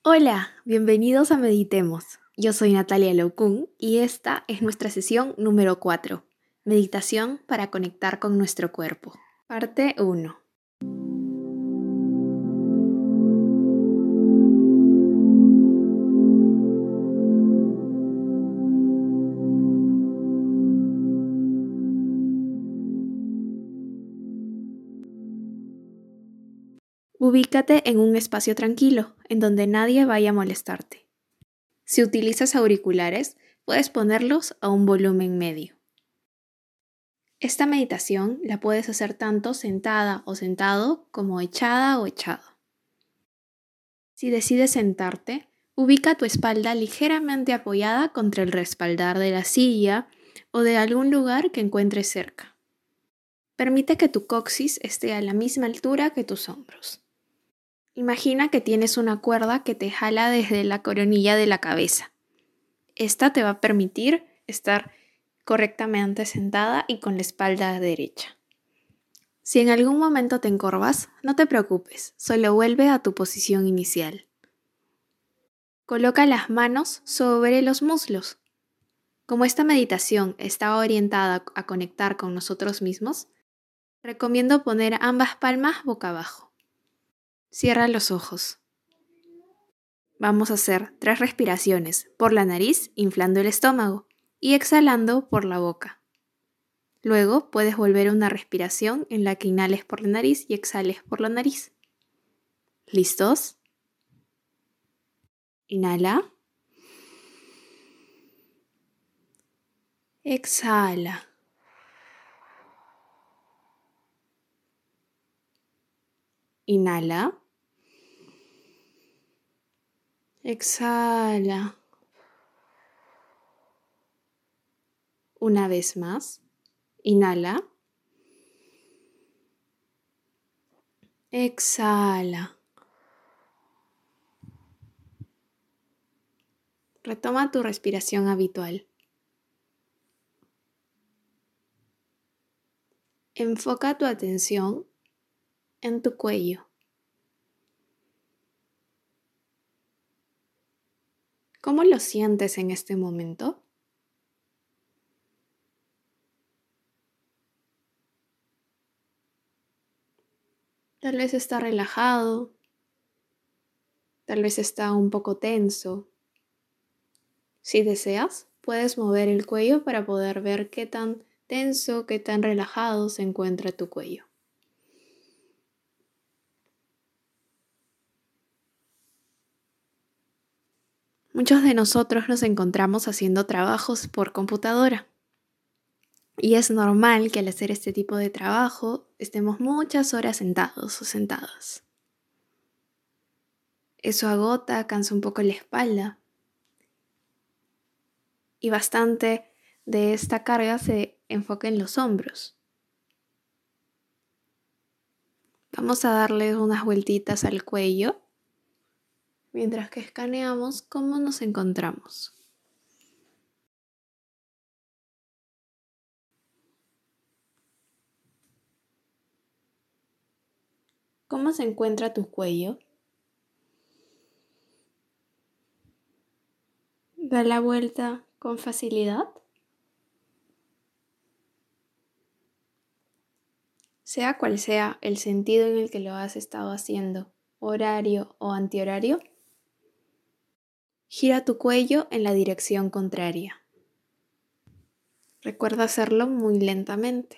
Hola, bienvenidos a Meditemos. Yo soy Natalia Loucún y esta es nuestra sesión número 4, Meditación para conectar con nuestro cuerpo. Parte 1. Ubícate en un espacio tranquilo, en donde nadie vaya a molestarte. Si utilizas auriculares, puedes ponerlos a un volumen medio. Esta meditación la puedes hacer tanto sentada o sentado como echada o echado. Si decides sentarte, ubica tu espalda ligeramente apoyada contra el respaldar de la silla o de algún lugar que encuentres cerca. Permite que tu coxis esté a la misma altura que tus hombros. Imagina que tienes una cuerda que te jala desde la coronilla de la cabeza. Esta te va a permitir estar correctamente sentada y con la espalda derecha. Si en algún momento te encorvas, no te preocupes, solo vuelve a tu posición inicial. Coloca las manos sobre los muslos. Como esta meditación está orientada a conectar con nosotros mismos, recomiendo poner ambas palmas boca abajo. Cierra los ojos. Vamos a hacer 3 respiraciones por la nariz, inflando el estómago, y exhalando por la boca. Luego puedes volver a una respiración en la que inhales por la nariz y exhales por la nariz. ¿Listos? Inhala. Exhala. Inhala. Exhala. Una vez más. Inhala. Exhala. Retoma tu respiración habitual. Enfoca tu atención en tu cuello. ¿Cómo lo sientes en este momento? Tal vez está relajado, tal vez está un poco tenso. Si deseas, puedes mover el cuello para poder ver qué tan tenso, qué tan relajado se encuentra tu cuello. Muchos de nosotros nos encontramos haciendo trabajos por computadora. Y es normal que al hacer este tipo de trabajo estemos muchas horas sentados o sentadas. Eso agota, cansa un poco la espalda. Y bastante de esta carga se enfoca en los hombros. Vamos a darle unas vueltitas al cuello mientras que escaneamos cómo nos encontramos. ¿Cómo se encuentra tu cuello? ¿Da la vuelta con facilidad? Sea cual sea el sentido en el que lo has estado haciendo, horario o antihorario, gira tu cuello en la dirección contraria. Recuerda hacerlo muy lentamente.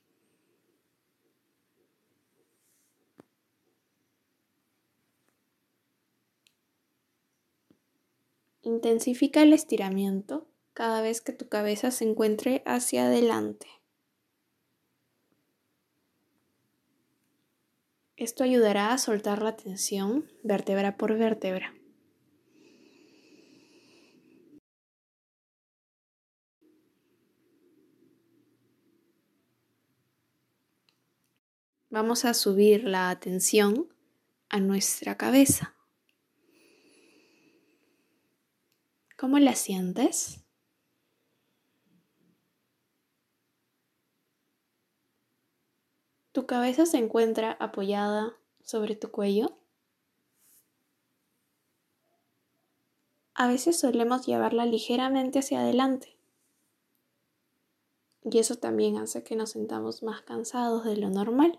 Intensifica el estiramiento cada vez que tu cabeza se encuentre hacia adelante. Esto ayudará a soltar la tensión vértebra por vértebra. Vamos a subir la atención a nuestra cabeza. ¿Cómo la sientes? ¿Tu cabeza se encuentra apoyada sobre tu cuello? A veces solemos llevarla ligeramente hacia adelante y eso también hace que nos sintamos más cansados de lo normal.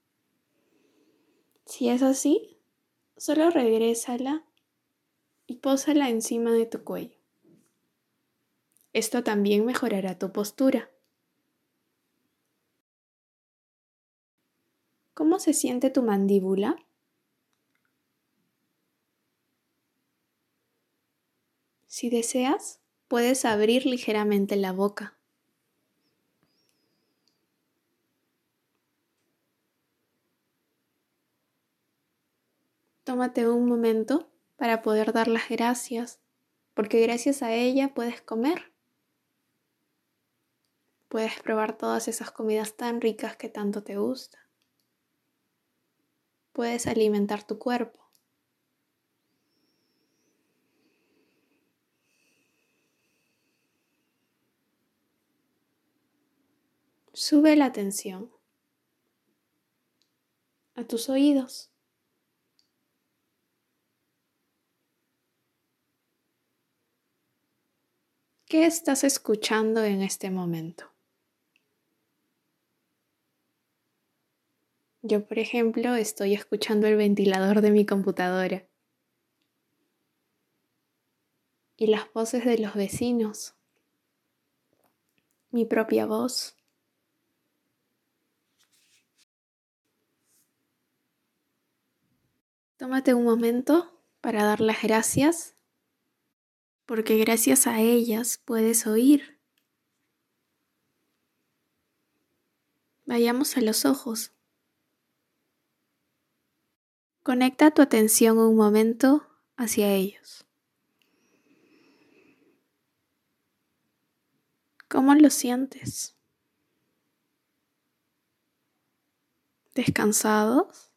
Si es así, solo regrésala y pósala encima de tu cuello. Esto también mejorará tu postura. ¿Cómo se siente tu mandíbula? Si deseas, puedes abrir ligeramente la boca. Tómate un momento para poder dar las gracias, porque gracias a ella puedes comer. Puedes probar todas esas comidas tan ricas que tanto te gustan. Puedes alimentar tu cuerpo. Sube la atención a tus oídos. ¿Qué estás escuchando en este momento? Yo, por ejemplo, estoy escuchando el ventilador de mi computadora y las voces de los vecinos, mi propia voz. Tómate un momento para dar las gracias, porque gracias a ellas puedes oír. Vayamos a los ojos. Conecta tu atención un momento hacia ellos. ¿Cómo lo sientes? ¿Descansados?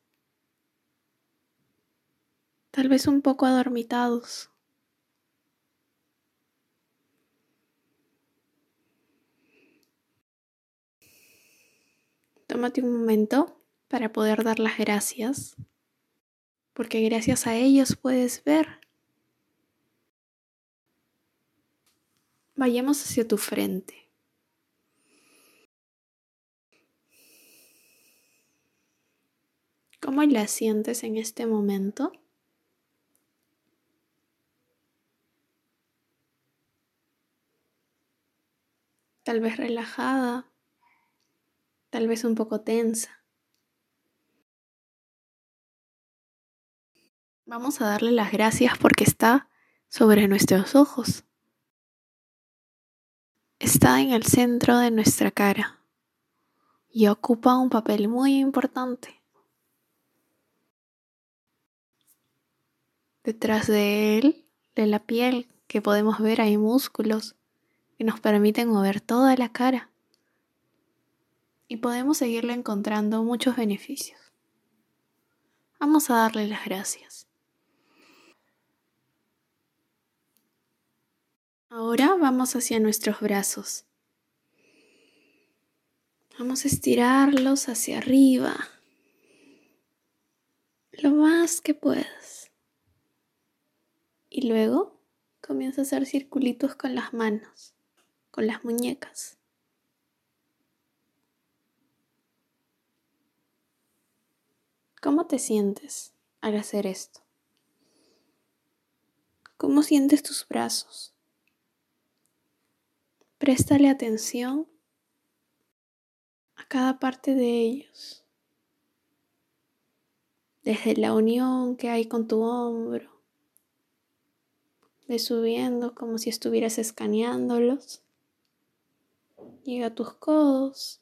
Tal vez un poco adormitados. Tómate un momento para poder dar las gracias, porque gracias a ellos puedes ver. Vayamos hacia tu frente. ¿Cómo la sientes en este momento? Tal vez relajada, tal vez un poco tensa. Vamos a darle las gracias porque está sobre nuestros ojos. Está en el centro de nuestra cara y ocupa un papel muy importante. Detrás de él, de la piel que podemos ver, hay músculos que nos permiten mover toda la cara y podemos seguirle encontrando muchos beneficios. Vamos a darle las gracias. Ahora vamos hacia nuestros brazos. Vamos a estirarlos hacia arriba, lo más que puedas. Y luego comienza a hacer circulitos con las manos, con las muñecas. ¿Cómo te sientes al hacer esto? ¿Cómo sientes tus brazos? Préstale atención a cada parte de ellos, desde la unión que hay con tu hombro, de subiendo como si estuvieras escaneándolos. Llega a tus codos,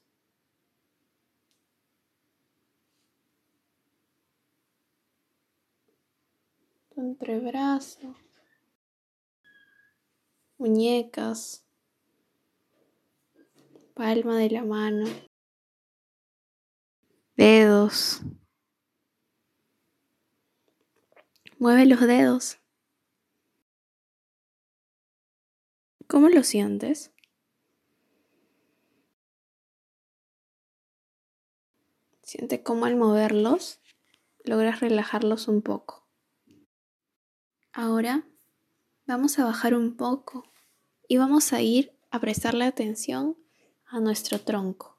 tu entrebrazo, muñecas, palma de la mano, dedos. Mueve los dedos. ¿Cómo lo sientes? Siente cómo al moverlos logras relajarlos un poco. Ahora vamos a bajar un poco y vamos a ir a prestarle atención a nuestro tronco.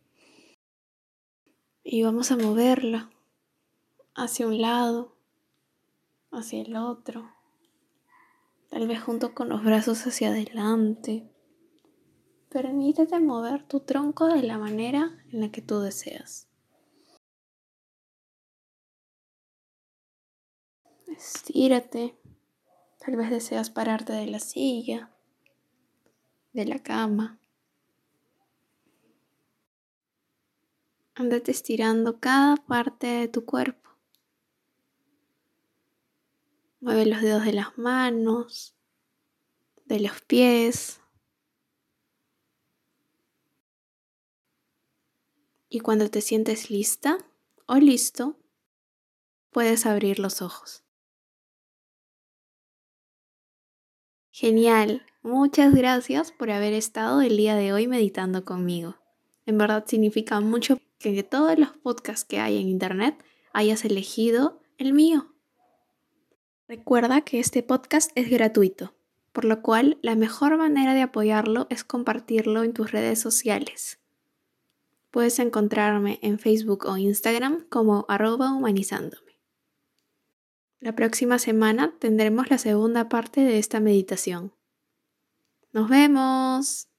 Y vamos a moverlo hacia un lado, hacia el otro, tal vez junto con los brazos hacia adelante. Permítete mover tu tronco de la manera en la que tú deseas. Estírate. Tal vez deseas pararte de la silla, de la cama. Ándate estirando cada parte de tu cuerpo. Mueve los dedos de las manos, de los pies. Y cuando te sientes lista o listo, puedes abrir los ojos. Genial, muchas gracias por haber estado el día de hoy meditando conmigo. En verdad significa mucho que de todos los podcasts que hay en internet hayas elegido el mío. Recuerda que este podcast es gratuito, por lo cual la mejor manera de apoyarlo es compartirlo en tus redes sociales. Puedes encontrarme en Facebook o Instagram como @humanizándome. La próxima semana tendremos la segunda parte de esta meditación. ¡Nos vemos!